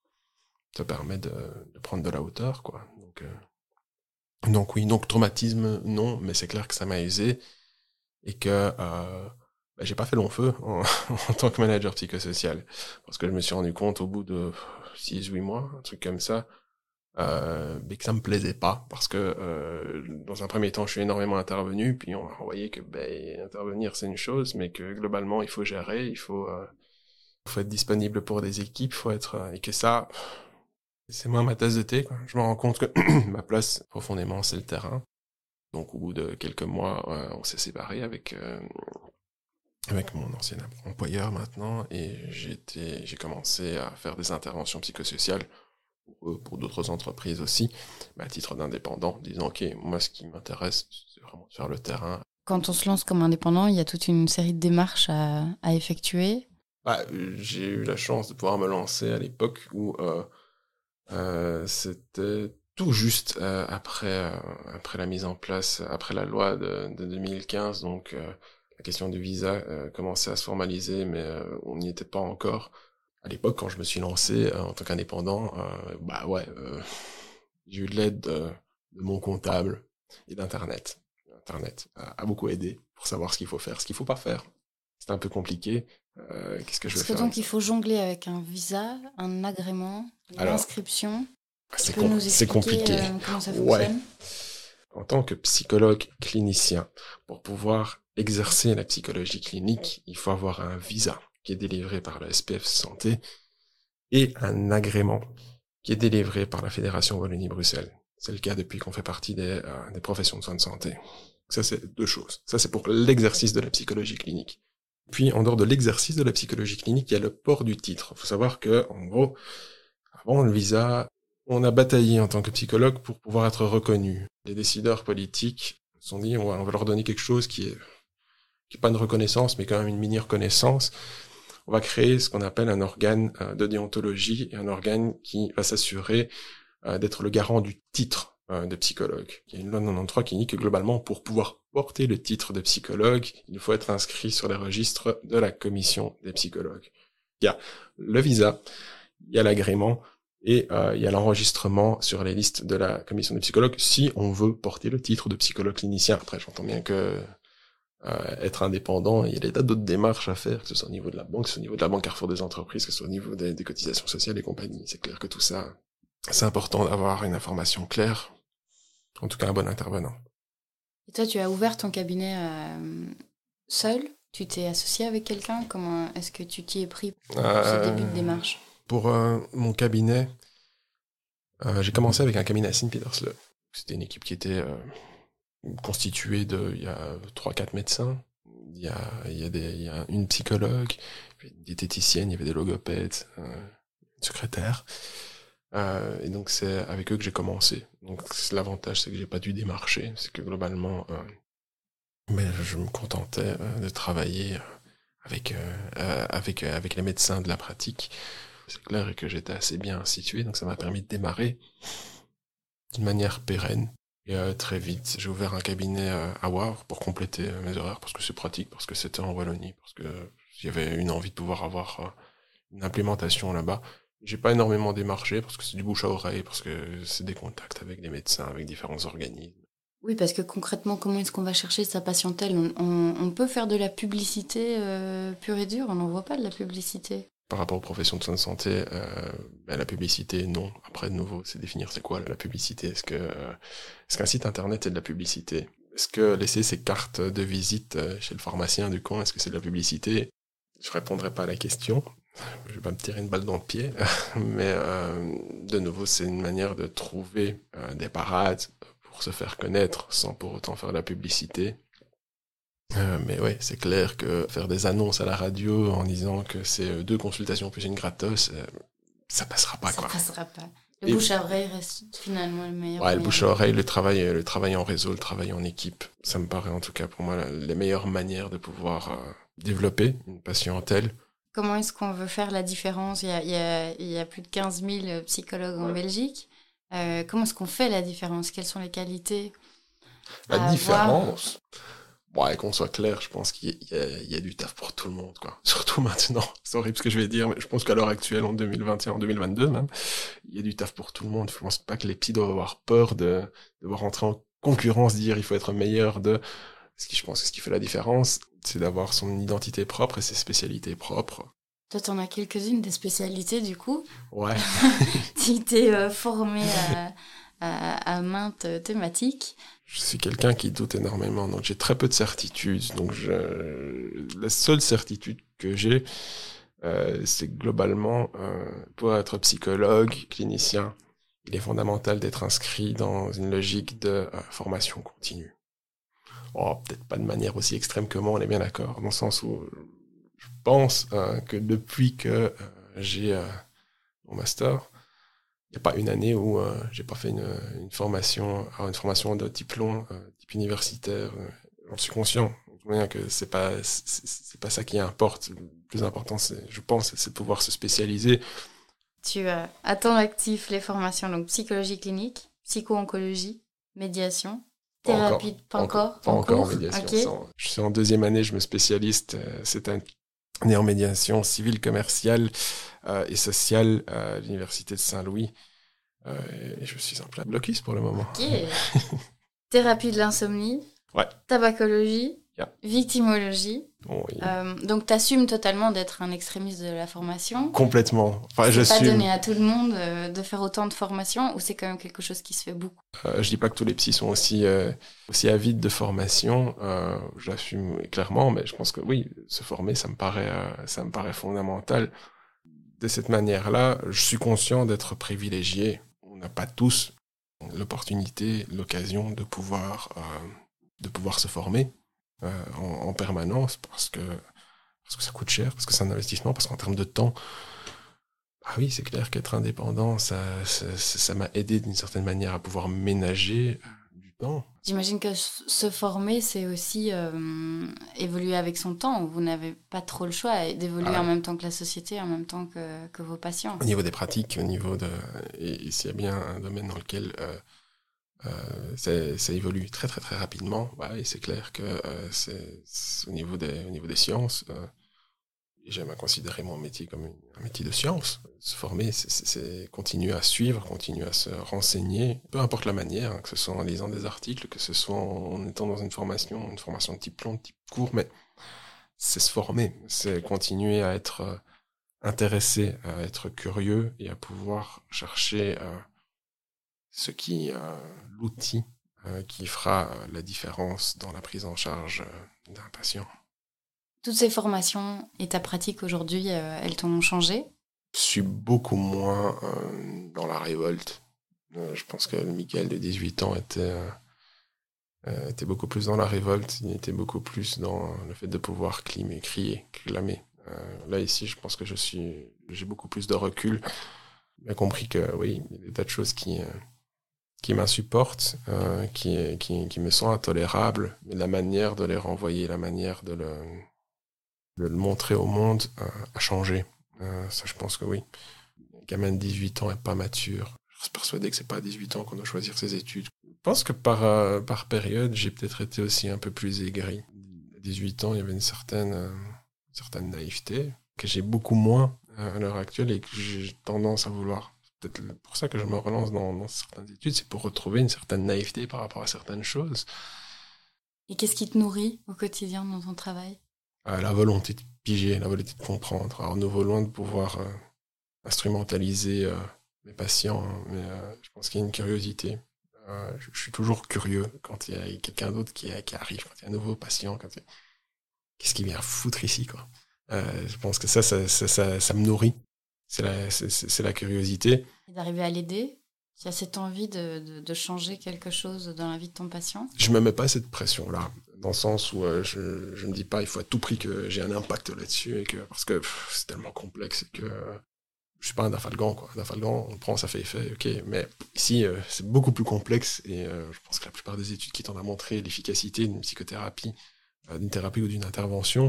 S2: Ça permet de, de prendre de la hauteur, quoi. Donc, euh, donc oui, donc traumatisme, non, mais c'est clair que ça m'a usé. Et que euh, bah, j'ai pas fait long feu en, en tant que manager psychosocial, parce que je me suis rendu compte au bout de six huit mois, un truc comme ça, euh, mais que ça me plaisait pas, parce que euh, dans un premier temps je suis énormément intervenu, puis on a envoyé que ben, intervenir c'est une chose, mais que globalement il faut gérer, il faut, euh, faut être disponible pour des équipes, faut être euh, et que ça c'est moins ma tasse de thé, quoi. Je me rends compte que ma place profondément c'est le terrain. Donc au bout de quelques mois, euh, on s'est séparés avec euh, avec mon ancien employeur maintenant, et j'ai été, j'ai commencé à faire des interventions psychosociales pour, pour d'autres entreprises aussi, mais à titre d'indépendant, disant ok, moi ce qui m'intéresse, c'est vraiment de faire le terrain.
S1: Quand on se lance comme indépendant, il y a toute une série de démarches à, à effectuer.
S2: Bah, j'ai eu la chance de pouvoir me lancer à l'époque où euh, euh, c'était tout juste euh, après euh, après la mise en place, après la loi de, de deux mille quinze, donc euh, la question du visa euh, commençait à se formaliser, mais euh, on n'y était pas encore. À l'époque, quand je me suis lancé euh, en tant qu'indépendant, euh, bah ouais, euh, j'ai eu de l'aide de, de mon comptable et d'Internet. Internet a, a beaucoup aidé pour savoir ce qu'il faut faire, ce qu'il faut pas faire. C'était un peu compliqué. Euh, qu'est-ce que je vais
S1: faire? Parce que donc il faut jongler avec un visa, un agrément, une inscription.
S2: C'est, com- c'est compliqué.
S1: Euh, comment ça fonctionne?
S2: Ouais. En tant que psychologue clinicien, pour pouvoir exercer la psychologie clinique, il faut avoir un visa qui est délivré par le S P F Santé et un agrément qui est délivré par la Fédération Wallonie-Bruxelles. C'est le cas depuis qu'on fait partie des, euh, des professions de soins de santé. Ça, c'est deux choses. Ça, c'est pour l'exercice de la psychologie clinique. Puis, en dehors de l'exercice de la psychologie clinique, il y a le port du titre. Il faut savoir que, en gros, avant le visa, on a bataillé en tant que psychologue pour pouvoir être reconnu. Les décideurs politiques se sont dit, on va, on va leur donner quelque chose qui est, qui est pas une reconnaissance, mais quand même une mini-reconnaissance. On va créer ce qu'on appelle un organe euh, de déontologie et un organe qui va s'assurer euh, d'être le garant du titre euh, de psychologue. Il y a une loi quatre-vingt-treize qui dit que globalement, pour pouvoir porter le titre de psychologue, il faut être inscrit sur les registres de la commission des psychologues. Il y a le visa, il y a l'agrément, et euh, il y a l'enregistrement sur les listes de la commission des psychologues si on veut porter le titre de psychologue clinicien. Après, j'entends bien que euh, être indépendant, il y a des tas d'autres démarches à faire, que ce soit au niveau de la banque, que ce soit au niveau de la banque Carrefour des entreprises, que ce soit au niveau des, des cotisations sociales et compagnie. C'est clair que tout ça, c'est important d'avoir une information claire, en tout cas un bon intervenant.
S1: Et toi, tu as ouvert ton cabinet euh, seul? Tu t'es associé avec quelqu'un? Comment est-ce que tu t'y es pris pour euh... ce début de démarche?
S2: Pour euh, mon cabinet, euh, j'ai commencé avec un cabinet à Sint-Pietersleeuw. C'était une équipe qui était euh, constituée de, il y a trois quatre médecins, il y a, il y a, des, il y a une psychologue, une diététicienne, il y avait des logopèdes, euh, une secrétaire. Euh, et donc c'est avec eux que j'ai commencé. Donc l'avantage, c'est que j'ai pas dû démarcher, c'est que globalement, euh, mais je me contentais euh, de travailler avec euh, avec avec les médecins de la pratique. C'est clair que j'étais assez bien situé, donc ça m'a permis de démarrer d'une manière pérenne. Et euh, très vite, j'ai ouvert un cabinet euh, à Wavre pour compléter euh, mes horaires, parce que c'est pratique, parce que c'était en Wallonie, parce que il y avait une envie de pouvoir avoir euh, une implémentation là-bas. J'ai pas énormément démarché, parce que c'est du bouche à oreille, parce que c'est des contacts avec des médecins, avec différents organismes.
S1: Oui, parce que concrètement, comment est-ce qu'on va chercher sa patientèle? on, on, on peut faire de la publicité euh, pure et dure, on n'en voit pas de la publicité.
S2: Par rapport aux professions de soins de santé, euh, ben la publicité, non. Après, de nouveau, c'est définir c'est quoi la publicité. Est-ce que euh, est-ce qu'un site internet est de la publicité? Est-ce que laisser ses cartes de visite chez le pharmacien du coin, est-ce que c'est de la publicité? Je répondrai pas à la question. Je vais pas me tirer une balle dans le pied. Mais euh, de nouveau, c'est une manière de trouver euh, des parades pour se faire connaître sans pour autant faire de la publicité. Euh, mais ouais, c'est clair que faire des annonces à la radio en disant que c'est deux consultations plus une gratos, euh, ça passera pas,
S1: ça
S2: quoi.
S1: Ça passera pas. Le
S2: Et...
S1: bouche à oreille reste finalement le meilleur.
S2: Ouais, le bouche à oreille, le travail, le travail en réseau, le travail en équipe, ça me paraît en tout cas pour moi la, les meilleures manières de pouvoir euh, développer une patientèle.
S1: Comment est-ce qu'on veut faire la différence ? Il y a, il y a, il y a plus de quinze mille psychologues en Belgique. Euh, comment est-ce qu'on fait la différence ? Quelles sont les qualités
S2: La différence, ouais, qu'on soit clair, je pense qu'il y a, il y a du taf pour tout le monde, quoi. Surtout maintenant, c'est horrible ce que je vais dire, mais je pense qu'à l'heure actuelle, en deux mille vingt et un, en deux mille vingt-deux même, il y a du taf pour tout le monde. Je pense pas que les psys doivent avoir peur de devoir rentrer en concurrence, dire il faut être meilleur de... Ce qui, je pense que ce qui fait la différence, c'est d'avoir son identité propre et ses spécialités propres.
S1: Toi, t'en as quelques-unes des spécialités, du coup.
S2: Ouais.
S1: Tu t'es euh, formé à, à, à maintes thématiques.
S2: Je suis quelqu'un qui doute énormément, donc j'ai très peu de certitudes. Donc je... la seule certitude que j'ai, euh, c'est que globalement, euh, pour être psychologue, clinicien, il est fondamental d'être inscrit dans une logique de euh, formation continue. Oh, peut-être pas de manière aussi extrême que moi, on est bien d'accord, dans le sens où je pense euh, que depuis que euh, j'ai euh, mon master, il n'y a pas une année où euh, j'ai pas fait une, une formation, alors une formation de diplôme, euh, type universitaire. Euh, j'en suis conscient, que c'est pas c'est, c'est pas ça qui importe. Le plus important, c'est, je pense, c'est de pouvoir se spécialiser.
S1: Tu as à ton actif les formations donc psychologie clinique, psycho-oncologie, médiation. Thérapie, pas encore,
S2: pas
S1: en
S2: encore
S1: cours.
S2: en médiation.
S1: Okay.
S2: En, je suis en deuxième année, je me spécialise euh, cette année en médiation civile, commerciale euh, et sociale à l'université de Saint-Louis. Euh, et je suis en plein blocus pour le moment.
S1: Ok. Thérapie de l'insomnie.
S2: Ouais.
S1: Tabacologie.
S2: Yeah.
S1: Victimologie.
S2: Bon, oui.
S1: euh, donc, tu assumes totalement d'être un extrémiste de la formation.
S2: Complètement. Enfin,
S1: c'est
S2: j'assume.
S1: pas donné à tout le monde euh, de faire autant de formations ou c'est quand même quelque chose qui se fait beaucoup?
S2: Euh, je dis pas que tous les psys sont aussi, euh, aussi avides de formation. Euh, j'assume clairement, mais je pense que oui, se former, ça me paraît, euh, ça me paraît fondamental. De cette manière-là, je suis conscient d'être privilégié. On n'a pas tous l'opportunité, l'occasion de pouvoir, euh, de pouvoir se former. Euh, en, en permanence parce que, parce que ça coûte cher, parce que c'est un investissement, parce qu'en termes de temps, ah oui, c'est clair qu'être indépendant, ça, ça, ça m'a aidé d'une certaine manière à pouvoir ménager du temps.
S1: J'imagine que se former, c'est aussi euh, évoluer avec son temps. Vous n'avez pas trop le choix d'évoluer ah ouais. en même temps que la société, en même temps que, que vos patients.
S2: Au niveau des pratiques, au niveau de... Et, et s'il y a bien un domaine dans lequel... Euh, Euh, ça, ça évolue très très très rapidement. Ouais, et c'est clair que euh, c'est, c'est au niveau des au niveau des sciences. Euh, j'aime à considérer mon métier comme une, un métier de science. Se former, c'est, c'est, c'est continuer à suivre, continuer à se renseigner, peu importe la manière, hein, que ce soit en lisant des articles, que ce soit en, en étant dans une formation, une formation de type long, de type court, mais c'est se former, c'est continuer à être euh, intéressé, à être curieux et à pouvoir chercher euh, ce qui euh, l'outil euh, qui fera euh, la différence dans la prise en charge euh, d'un patient.
S1: Toutes ces formations et ta pratique aujourd'hui, euh, elles t'ont changé ?
S2: Je suis beaucoup moins euh, dans la révolte. Euh, je pense que le Michael de dix-huit ans était, euh, était beaucoup plus dans la révolte. Il était beaucoup plus dans le fait de pouvoir climer, crier, clamer. Euh, là, ici, je pense que je suis, j'ai beaucoup plus de recul. J'ai bien compris que, oui, il y a des tas de choses qui... Euh, qui m'insupportent, euh, qui, qui, qui me sont intolérables, mais la manière de les renvoyer, la manière de le, de le montrer au monde euh, a changé. Euh, ça, je pense que oui. Un gamin de dix-huit ans n'est pas mature. Je suis persuadé que c'est pas à dix-huit ans qu'on doit choisir ses études. Je pense que par, euh, par période, j'ai peut-être été aussi un peu plus aigri. À dix-huit ans, il y avait une certaine, euh, une certaine naïveté que j'ai beaucoup moins euh, à l'heure actuelle et que j'ai tendance à vouloir. C'est peut-être pour ça que je me relance dans, dans certaines études, c'est pour retrouver une certaine naïveté par rapport à certaines choses.
S1: Et qu'est-ce qui te nourrit au quotidien dans ton travail ?
S2: euh, La volonté de piger, la volonté de comprendre. Alors nous voulons de pouvoir euh, instrumentaliser euh, mes patients, hein, mais euh, je pense qu'il y a une curiosité. Euh, je, je suis toujours curieux quand il y a quelqu'un d'autre qui, qui arrive, quand il y a un nouveau patient, quand il y a... qu'est-ce qu'il vient foutre ici, quoi. Euh, je pense que ça, ça, ça, ça, ça me nourrit. C'est la, c'est, c'est la curiosité.
S1: Et d'arriver à l'aider ? Tu as cette envie de, de, de changer quelque chose dans la vie de ton patient ?
S2: Je ne me mets pas cette pression-là. dans le sens où euh, je, je me dis pas il faut à tout prix que j'ai un impact là-dessus, et que, parce que pff, c'est tellement complexe et que euh, je suis pas un dafalgan, quoi. Un dafalgan, on prend, ça fait effet, ok. Mais ici, euh, c'est beaucoup plus complexe, et euh, je pense que la plupart des études qui tendent à montrer l'efficacité d'une psychothérapie, euh, d'une thérapie ou d'une intervention,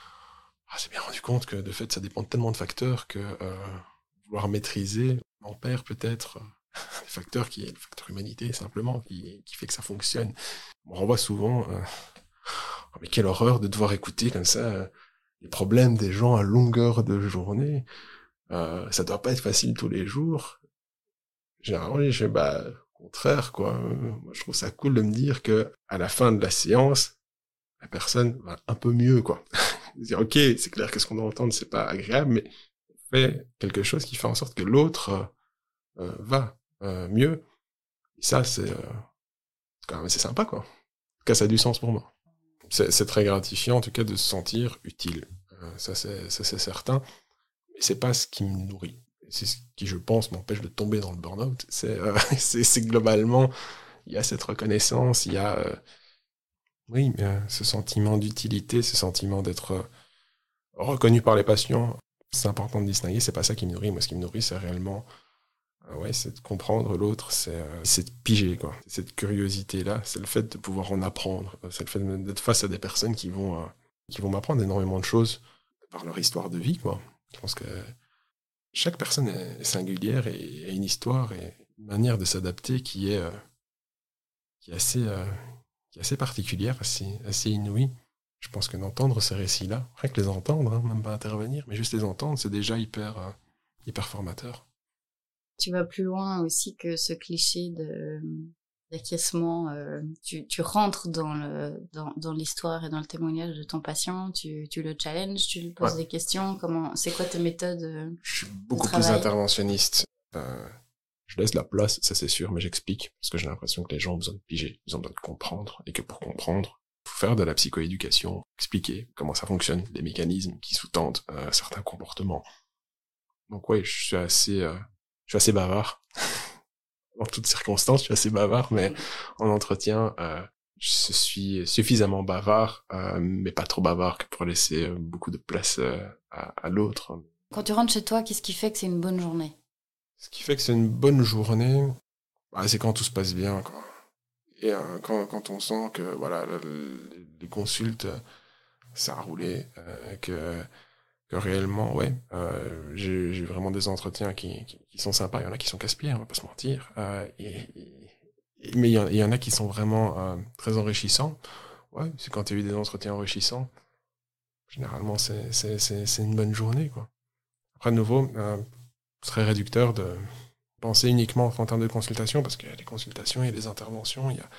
S2: ah, j'ai bien rendu compte que de fait, ça dépend de tellement de facteurs que euh, vouloir maîtriser, on perd peut-être euh, des facteurs qui est le facteur humanité, simplement, qui, qui fait que ça fonctionne. On renvoie souvent, euh, oh, mais quelle horreur de devoir écouter comme ça euh, les problèmes des gens à longueur de journée. Euh, ça doit pas être facile tous les jours. Généralement, je fais, bah, au contraire, quoi. Euh, moi, je trouve ça cool de me dire que, à la fin de la séance, la personne va un peu mieux, quoi. Dire, ok, c'est clair que ce qu'on doit entendre, c'est pas agréable, mais on fait quelque chose qui fait en sorte que l'autre euh, euh, va euh, mieux. Et ça, c'est, euh, quand même assez sympa, quoi. En tout cas, ça a du sens pour moi. C'est, c'est très gratifiant, en tout cas, de se sentir utile. Euh, ça, c'est, ça, c'est certain. Mais c'est pas ce qui me nourrit. C'est ce qui, je pense, m'empêche de tomber dans le burn-out. C'est, euh, c'est, c'est globalement, il y a cette reconnaissance, il y a, euh, oui, mais, euh, ce sentiment d'utilité, ce sentiment d'être euh, reconnu par les patients. C'est important de distinguer, c'est pas ça qui me nourrit. Moi, ce qui me nourrit, c'est réellement, euh, ouais, c'est de comprendre l'autre, c'est, euh, c'est de piger, quoi. C'est cette curiosité-là, c'est le fait de pouvoir en apprendre. C'est le fait d'être face à des personnes qui vont, euh, qui vont m'apprendre énormément de choses par leur histoire de vie, quoi. Je pense que chaque personne est singulière et a une histoire et une manière de s'adapter qui est, euh, qui est assez, euh, qui est assez particulière, assez, assez inouïe. Je pense que d'entendre ces récits-là, rien que les entendre, hein, même pas intervenir, mais juste les entendre, c'est déjà hyper, euh, hyper formateur.
S1: Tu vas plus loin aussi que ce cliché de d'acquiescement. Euh, tu, tu rentres dans le dans, dans l'histoire et dans le témoignage de ton patient. Tu, tu le challenges, tu lui poses ouais. des questions. Comment, c'est quoi tes méthodes euh,
S2: Je suis beaucoup plus interventionniste. Euh, je laisse la place, ça c'est sûr, mais j'explique parce que j'ai l'impression que les gens ont besoin de piger, ils ont besoin de comprendre, et que pour comprendre, faut faire de la psychoéducation, expliquer comment ça fonctionne, les mécanismes qui sous-tendent euh, certains comportements. Donc ouais, je suis assez, euh, je suis assez bavard. En toutes circonstances, je suis assez bavard, mais en entretien, euh, je suis suffisamment bavard, euh, mais pas trop bavard que pour laisser euh, beaucoup de place euh, à, à l'autre.
S1: Quand tu rentres chez toi, qu'est-ce qui fait que c'est une bonne journée ?
S2: Ce qui fait que c'est une bonne journée, bah, c'est quand tout se passe bien, quoi. Et euh, quand, quand on sent que voilà, le, le, les consultes, ça a roulé, euh, que, que réellement, ouais, euh, j'ai, j'ai vraiment des entretiens qui, qui, qui sont sympas. Il y en a qui sont casse-pieds, on va pas se mentir. Euh, et, et, mais il y, en, il y en a qui sont vraiment euh, très enrichissants. Ouais, c'est quand il y a eu des entretiens enrichissants. Généralement, c'est, c'est, c'est, c'est une bonne journée, quoi. Après, de nouveau, euh, ce serait réducteur de penser uniquement en termes de consultation, parce qu'il y a les consultations, il y a les interventions, il y a,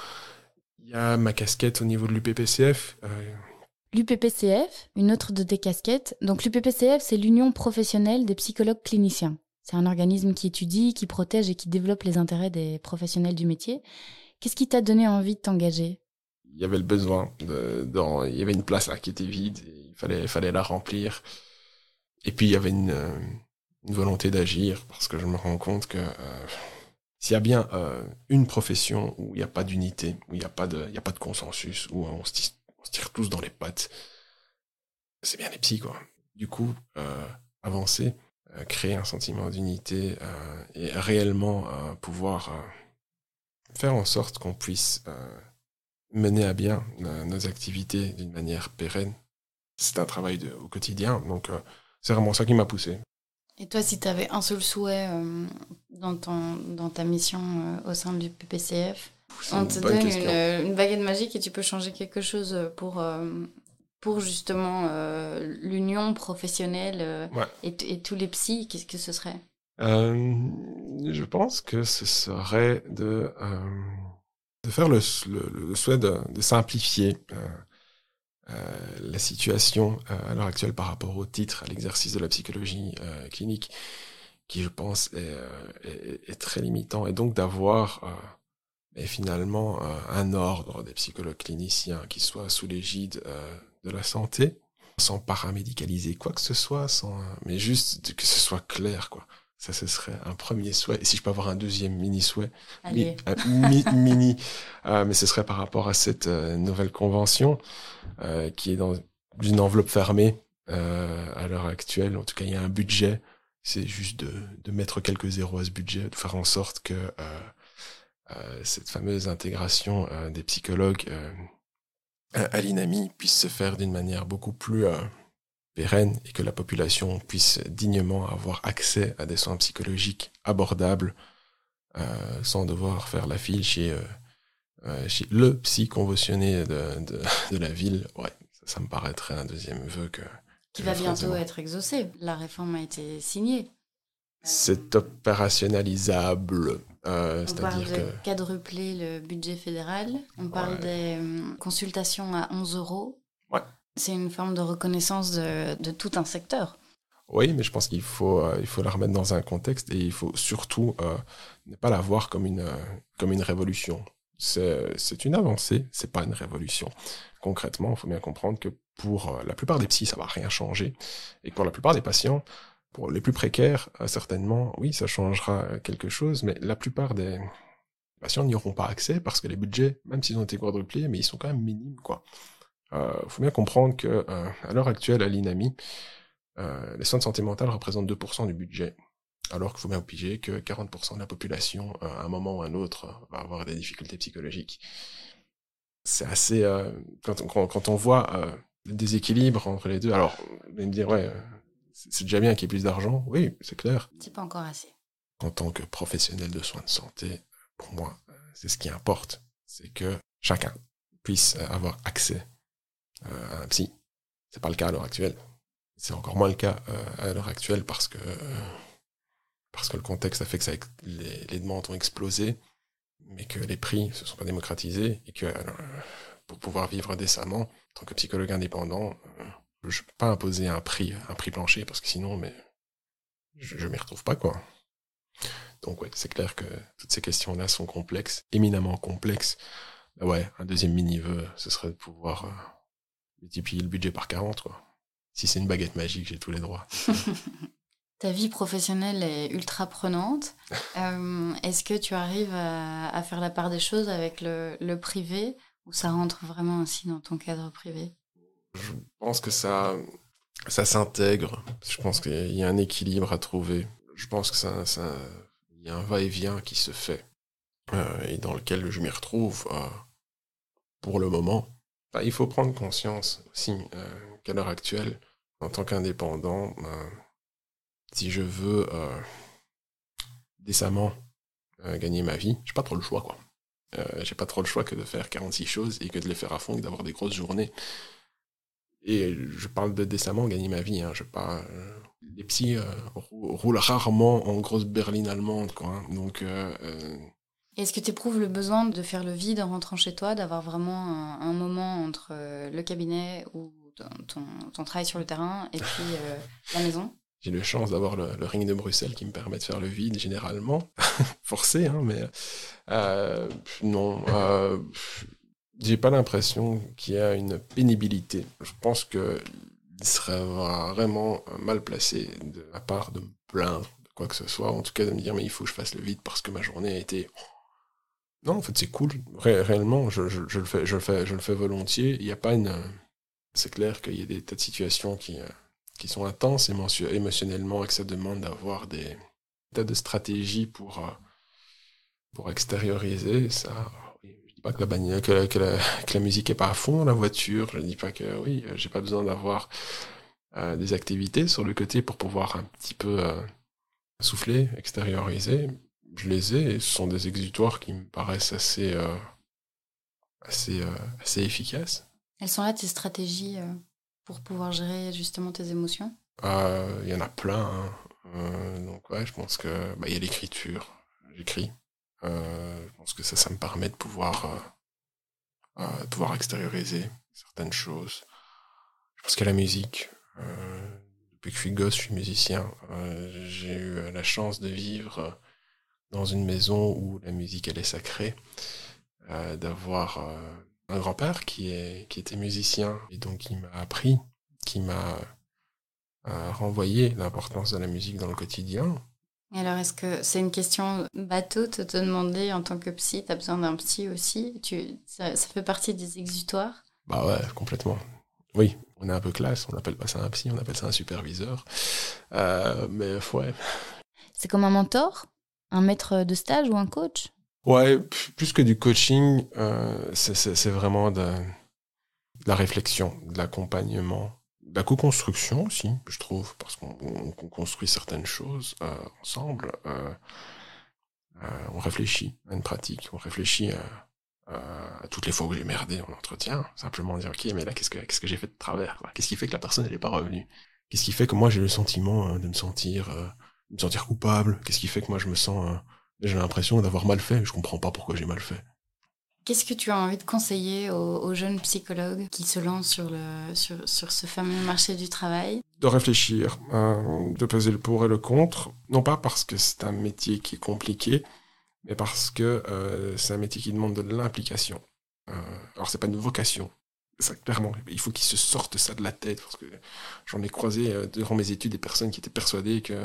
S2: il y a ma casquette au niveau de l'U P P C F. Euh...
S1: L'U P P C F, une autre de tes casquettes. Donc l'U P P C F, c'est l'Union professionnelle des psychologues cliniciens. C'est un organisme qui étudie, qui protège et qui développe les intérêts des professionnels du métier. Qu'est-ce qui t'a donné envie de t'engager ?
S2: Il y avait le besoin, de, de, il y avait une place là qui était vide, et il fallait, il fallait la remplir. Et puis il y avait une... Euh... une volonté d'agir, parce que je me rends compte que euh, s'il y a bien euh, une profession où il n'y a pas d'unité, où il n'y a pas de, il y a pas de consensus, où on se, tire, on se tire tous dans les pattes, c'est bien les psys, quoi. Du coup, euh, avancer, euh, créer un sentiment d'unité euh, et réellement euh, pouvoir euh, faire en sorte qu'on puisse euh, mener à bien euh, nos activités d'une manière pérenne, c'est un travail de, au quotidien, donc euh, c'est vraiment ça qui m'a poussé.
S1: Et toi, si tu avais un seul souhait euh, dans, ton, dans ta mission euh, au sein du P P C F, c'est on te donne une, une baguette magique et tu peux changer quelque chose pour, euh, pour justement euh, l'union professionnelle euh,
S2: ouais.
S1: et, et tous les psys, qu'est-ce que ce serait ?
S2: euh, Je pense que ce serait de, euh, de faire le, le, le souhait de, de simplifier euh, Euh, la situation euh, à l'heure actuelle par rapport au titre, à l'exercice de la psychologie euh, clinique, qui je pense est, euh, est, est très limitant, et donc d'avoir euh, et finalement euh, un ordre des psychologues cliniciens qui soit sous l'égide euh, de la santé, sans paramédicaliser quoi que ce soit, sans, mais juste que ce soit clair, quoi. Ça, ce serait un premier souhait. Et si je peux avoir un deuxième mini-souhait,
S1: Allez.
S2: mi, un mi, mini, euh, mais ce serait par rapport à cette euh, nouvelle convention euh, qui est dans une enveloppe fermée euh, à l'heure actuelle. En tout cas, il y a un budget. C'est juste de, de mettre quelques zéros à ce budget, de faire en sorte que euh, euh, cette fameuse intégration euh, des psychologues euh, à l'INAMI puisse se faire d'une manière beaucoup plus euh, pérenne et que la population puisse dignement avoir accès à des soins psychologiques abordables euh, sans devoir faire la file chez, euh, euh, chez le psy conventionné de, de, de la ville. Ouais, ça, ça me paraîtrait un deuxième vœu que...
S1: Qui va bientôt être exaucé. La réforme a été signée.
S2: C'est opérationnalisable. Euh,
S1: on parle de
S2: que...
S1: quadrupler le budget fédéral. On parle ouais. des euh, consultations à onze euros.
S2: Ouais.
S1: C'est une forme de reconnaissance de, de tout un secteur.
S2: Oui, mais je pense qu'il faut, euh, il faut la remettre dans un contexte et il faut surtout euh, ne pas la voir comme une, euh, comme une révolution. C'est, c'est une avancée, c'est pas une révolution. Concrètement, il faut bien comprendre que pour la plupart des psys, ça va rien changer. Et que pour la plupart des patients, pour les plus précaires, euh, certainement, oui, ça changera quelque chose, mais la plupart des patients n'y auront pas accès parce que les budgets, même s'ils ont été quadruplés, mais ils sont quand même minimes, quoi. Il euh, faut bien comprendre que euh, à l'heure actuelle, à l'INAMI, euh, les soins de santé mentale représentent deux pour cent du budget, alors qu'il faut bien piger que quarante pour cent de la population, euh, à un moment ou à un autre, va avoir des difficultés psychologiques. C'est assez... Euh, quand, quand, quand on voit euh, le déséquilibre entre les deux, alors, vous allez me dire, ouais, euh, c'est, c'est déjà bien qu'il y ait plus d'argent, oui, c'est clair.
S1: C'est pas encore assez.
S2: En tant que professionnel de soins de santé, pour moi, c'est ce qui importe, c'est que chacun puisse avoir accès Euh, un psy. C'est pas le cas à l'heure actuelle. C'est encore moins le cas euh, à l'heure actuelle parce que euh, parce que le contexte a fait que ça, les, les demandes ont explosé, mais que les prix se sont pas démocratisés et que alors, pour pouvoir vivre décemment, en tant que psychologue indépendant, euh, je peux pas imposer un prix, un prix plancher parce que sinon, mais je, je m'y retrouve pas, quoi. Donc ouais, c'est clair que toutes ces questions-là sont complexes, éminemment complexes. Bah ouais, un deuxième mini-vœu, ce serait de pouvoir euh, multiplier le budget par quarante, quoi. Si c'est une baguette magique, j'ai tous les droits.
S1: Ta vie professionnelle est ultra prenante. euh, est-ce que tu arrives à, à faire la part des choses avec le, le privé ou ça rentre vraiment ainsi dans ton cadre privé ?
S2: Je pense que ça, ça s'intègre. Je pense qu'il y a un équilibre à trouver. Je pense que ça, ça, il y a un va-et-vient qui se fait euh, et dans lequel je m'y retrouve euh, pour le moment. Bah, il faut prendre conscience aussi euh, qu'à l'heure actuelle, en tant qu'indépendant, euh, si je veux euh, décemment euh, gagner ma vie, j'ai pas trop le choix, quoi. Euh, j'ai pas trop le choix que de faire quarante-six choses et que de les faire à fond et d'avoir des grosses journées. Et je parle de décemment gagner ma vie, hein. Je pas, euh, les psys euh, roulent rarement en grosse berline allemande, quoi. Hein. Donc euh, euh,
S1: Est-ce que tu éprouves le besoin de faire le vide en rentrant chez toi, d'avoir vraiment un, un moment entre le cabinet ou ton, ton travail sur le terrain et puis euh, la maison ?
S2: J'ai la chance d'avoir le, le ring de Bruxelles qui me permet de faire le vide, généralement. Forcé, hein, mais... Euh, non, euh, j'ai pas l'impression qu'il y a une pénibilité. Je pense qu'il serait vraiment mal placé de ma part de me plaindre de quoi que ce soit, en tout cas de me dire « mais il faut que je fasse le vide parce que ma journée a été... » Non, en fait, c'est cool. Ré- réellement, je, je, je, le fais, je, le fais, je le fais volontiers. Il n'y a pas une... C'est clair qu'il y a des tas de situations qui... qui sont intenses émotionnellement et que ça demande d'avoir des tas de stratégies pour, pour extérioriser ça. Je dis pas que la, bagnole, que, la, que, la, que la musique est pas à fond dans la voiture, je dis pas que oui, j'ai pas besoin d'avoir euh, des activités sur le côté pour pouvoir un petit peu euh, souffler, extérioriser. Je les ai et ce sont des exutoires qui me paraissent assez, euh, assez, euh, assez efficaces.
S1: Elles sont là tes stratégies euh... pour pouvoir gérer justement tes émotions ?
S2: Il euh, y en a plein. Hein. Euh, donc ouais, je pense que bah, y a l'écriture. J'écris. Euh, je pense que ça, ça me permet de pouvoir, euh, euh, pouvoir extérioriser certaines choses. Je pense qu'il y a la musique. Euh, depuis que je suis gosse, je suis musicien. Euh, j'ai eu la chance de vivre dans une maison où la musique elle est sacrée, euh, d'avoir euh, un grand-père qui est qui était musicien et donc qui m'a appris, qui m'a euh, renvoyé l'importance de la musique dans le quotidien.
S1: Et alors, est-ce que c'est une question bateau de te demander en tant que psy, tu as besoin d'un psy aussi? Tu, ça, ça fait partie des exutoires?
S2: Bah ouais, complètement. Oui, on est un peu classe, on n'appelle pas ça un psy, on appelle ça un superviseur. Euh, mais ouais.
S1: C'est comme un mentor? Un maître de stage ou un coach?
S2: Ouais, plus que du coaching, euh, c'est, c'est, c'est vraiment de, de la réflexion, de l'accompagnement, de la co-construction aussi, je trouve, parce qu'on on, on construit certaines choses euh, ensemble. Euh, euh, on réfléchit à une pratique, on réfléchit à, à, à toutes les fois où j'ai merdé en entretien, simplement dire ok, mais là qu'est-ce que qu'est-ce que j'ai fait de travers, quoi? Qu'est-ce qui fait que la personne elle est pas revenue? Qu'est-ce qui fait que moi j'ai le sentiment euh, de me sentir euh, de me sentir coupable? Qu'est-ce qui fait que moi je me sens euh, j'ai l'impression d'avoir mal fait, je comprends pas pourquoi j'ai mal fait.
S1: Qu'est-ce que tu as envie de conseiller aux, aux jeunes psychologues qui se lancent sur, le, sur, sur ce fameux marché du travail?
S2: De réfléchir, euh, de peser le pour et le contre, non pas parce que c'est un métier qui est compliqué, mais parce que euh, c'est un métier qui demande de l'implication. Euh, alors c'est pas une vocation, ça clairement, il faut qu'ils se sortent ça de la tête, parce que j'en ai croisé euh, durant mes études des personnes qui étaient persuadées que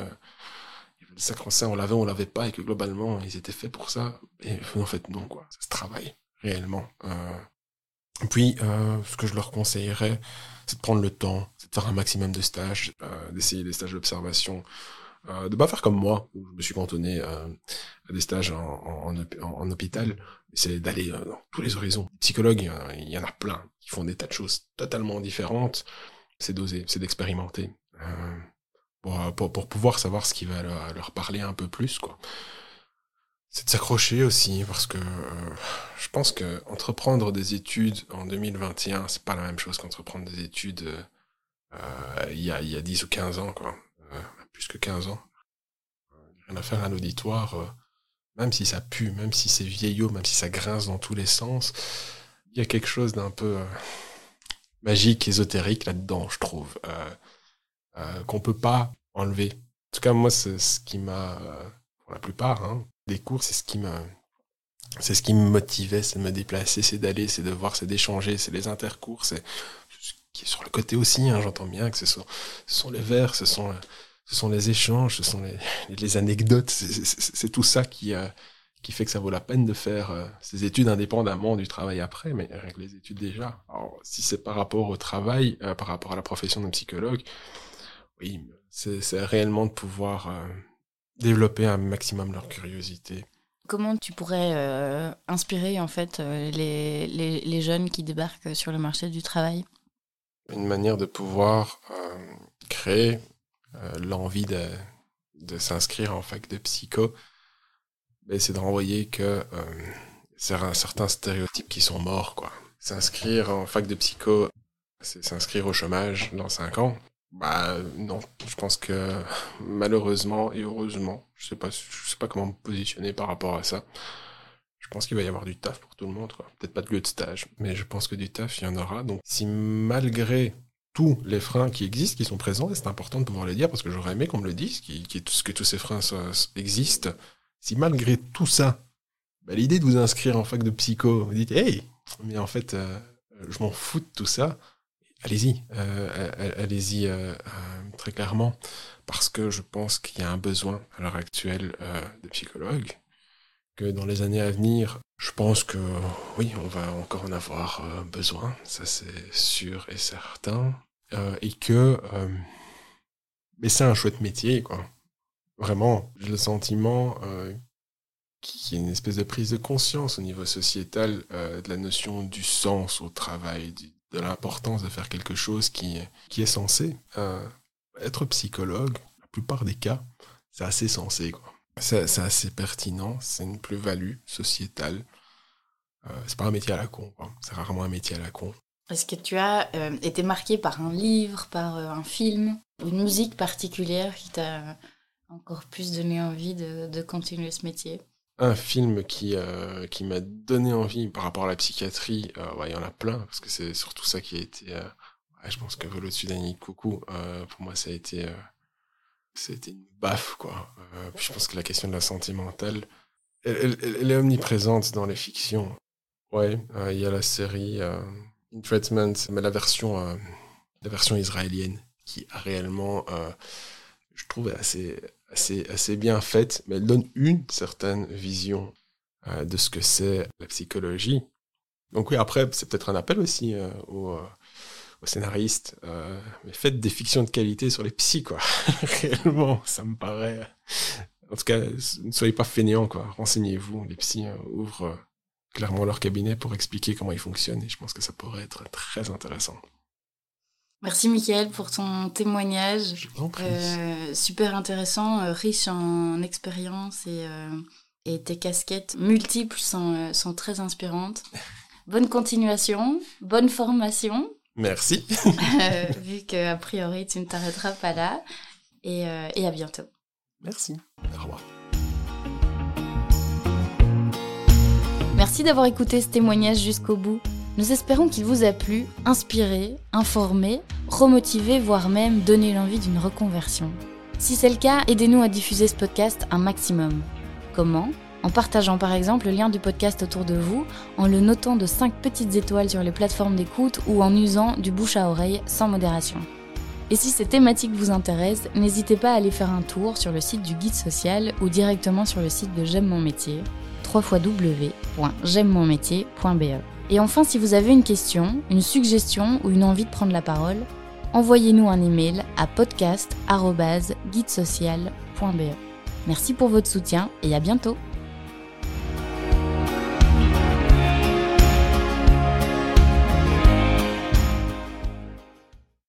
S2: le sacro-saint on l'avait, on l'avait pas, et que globalement ils étaient faits pour ça, et en fait non, quoi, ça se travaille réellement. Euh, Puis, euh, ce que je leur conseillerais, c'est de prendre le temps, c'est de faire un maximum de stages, euh, d'essayer des stages d'observation, euh, de pas faire comme moi, où je me suis cantonné euh, à des stages en, en, en, en hôpital, c'est d'aller euh, dans tous les horizons. Les psychologues, euh, il y en a plein, qui font des tas de choses totalement différentes, c'est d'oser, c'est d'expérimenter, euh, pour, pour, pour pouvoir savoir ce qui va leur, leur parler un peu plus, quoi. C'est de s'accrocher aussi, parce que euh, je pense que entreprendre des études en deux mille vingt et un, c'est pas la même chose qu'entreprendre des études euh, il y a, il y a dix ou quinze ans, quoi. Euh, plus que quinze ans. Rien à faire à un auditoire, euh, même si ça pue, même si c'est vieillot, même si ça grince dans tous les sens, il y a quelque chose d'un peu euh, magique, ésotérique là-dedans, je trouve, euh, euh, qu'on peut pas enlever. En tout cas, moi, c'est ce qui m'a, euh, pour la plupart, hein, des cours, c'est ce qui m'a c'est ce qui me motivait, c'est de me déplacer, c'est d'aller, c'est de voir, c'est d'échanger, c'est les intercours, c'est ce qui est sur le côté aussi, hein, j'entends bien que ce sont, ce sont les vers, ce sont, ce sont les échanges, ce sont les, les anecdotes, c'est, c'est, c'est tout ça qui, euh, qui fait que ça vaut la peine de faire euh, ces études indépendamment du travail après, mais avec les études déjà. Alors, si c'est par rapport au travail, euh, par rapport à la profession de psychologue, oui, c'est, c'est réellement de pouvoir euh, développer un maximum leur curiosité.
S1: Comment tu pourrais euh, inspirer en fait euh, les, les, les jeunes qui débarquent sur le marché du travail?
S2: Une manière de pouvoir euh, créer euh, l'envie de, de s'inscrire en fac de psycho, ben, c'est de renvoyer que euh, c'est un certain stéréotypes qui sont morts, quoi. S'inscrire en fac de psycho, c'est s'inscrire au chômage dans cinq ans. Bah non, je pense que malheureusement et heureusement, je sais pas, je sais pas comment me positionner par rapport à ça. Je pense qu'il va y avoir du taf pour tout le monde, quoi. Peut-être pas de lieu de stage, mais je pense que du taf, il y en aura. Donc si malgré tous les freins qui existent, qui sont présents, et c'est important de pouvoir les dire, parce que j'aurais aimé qu'on me le dise, qui, qui, que tous ces freins soient, existent, si malgré tout ça, bah, l'idée de vous inscrire en fac de psycho, vous dites, hey, mais en fait, euh, je m'en fous de tout ça, allez-y, euh, allez-y euh, euh, très clairement, parce que je pense qu'il y a un besoin à l'heure actuelle euh, de psychologues, que dans les années à venir, je pense que oui, on va encore en avoir euh, besoin, ça c'est sûr et certain, euh, et que euh, mais c'est un chouette métier, quoi. Vraiment, j'ai le sentiment euh, qu'il y a une espèce de prise de conscience au niveau sociétal euh, de la notion du sens au travail, du, de l'importance de faire quelque chose qui, qui est censé euh, être psychologue. La plupart des cas, c'est assez sensé, quoi. C'est, c'est assez pertinent, c'est une plus-value sociétale. Euh, c'est pas un métier à la con, quoi. C'est rarement un métier à la con.
S1: Est-ce que tu as euh, été marqué par un livre, par euh, un film, une musique particulière qui t'a encore plus donné envie de, de continuer ce métier?
S2: Un film qui, euh, qui m'a donné envie par rapport à la psychiatrie, euh, ouais, il y en a plein, parce que c'est surtout ça qui a été... Euh, ouais, je pense que Vol au-dessus d'un nid de coucou, euh, pour moi, ça a été... Euh, c'était une baffe, quoi. Euh, puis je pense que la question de la santé mentale, elle, elle, elle est omniprésente dans les fictions. Ouais, euh, il y a la série euh, In Treatment, mais la version, euh, la version israélienne, qui a réellement, euh, je trouve, assez, assez, assez bien faite, mais elle donne une certaine vision euh, de ce que c'est la psychologie. Donc oui, après, c'est peut-être un appel aussi euh, aux, euh, aux scénaristes. Euh, mais faites des fictions de qualité sur les psys, quoi. Réellement, ça me paraît... En tout cas, ne soyez pas fainéants, quoi. Renseignez-vous. Les psys euh, ouvrent euh, clairement leur cabinet pour expliquer comment ils fonctionnent et je pense que ça pourrait être très intéressant.
S1: Merci Mickaël pour ton témoignage.
S2: Je t'en prie.
S1: Euh, super intéressant, euh, riche en expérience et, euh, et tes casquettes multiples sont, euh, sont très inspirantes. Bonne continuation, bonne formation.
S2: Merci.
S1: euh, vu qu'a priori tu ne t'arrêteras pas là. Et, euh, et à bientôt.
S2: Merci. Au revoir.
S1: Merci d'avoir écouté ce témoignage jusqu'au bout. Nous espérons qu'il vous a plu, inspiré, informé, remotivé, voire même donné l'envie d'une reconversion. Si c'est le cas, aidez-nous à diffuser ce podcast un maximum. Comment ? En partageant par exemple le lien du podcast autour de vous, en le notant de cinq petites étoiles sur les plateformes d'écoute ou en usant du bouche à oreille sans modération. Et si ces thématiques vous intéressent, n'hésitez pas à aller faire un tour sur le site du Guide Social ou directement sur le site de J'aime mon métier, w w w point j'aime mon métier point b e. Et enfin, si vous avez une question, une suggestion ou une envie de prendre la parole, envoyez-nous un email à podcast arobase guidesocial point b e. Merci pour votre soutien et à bientôt.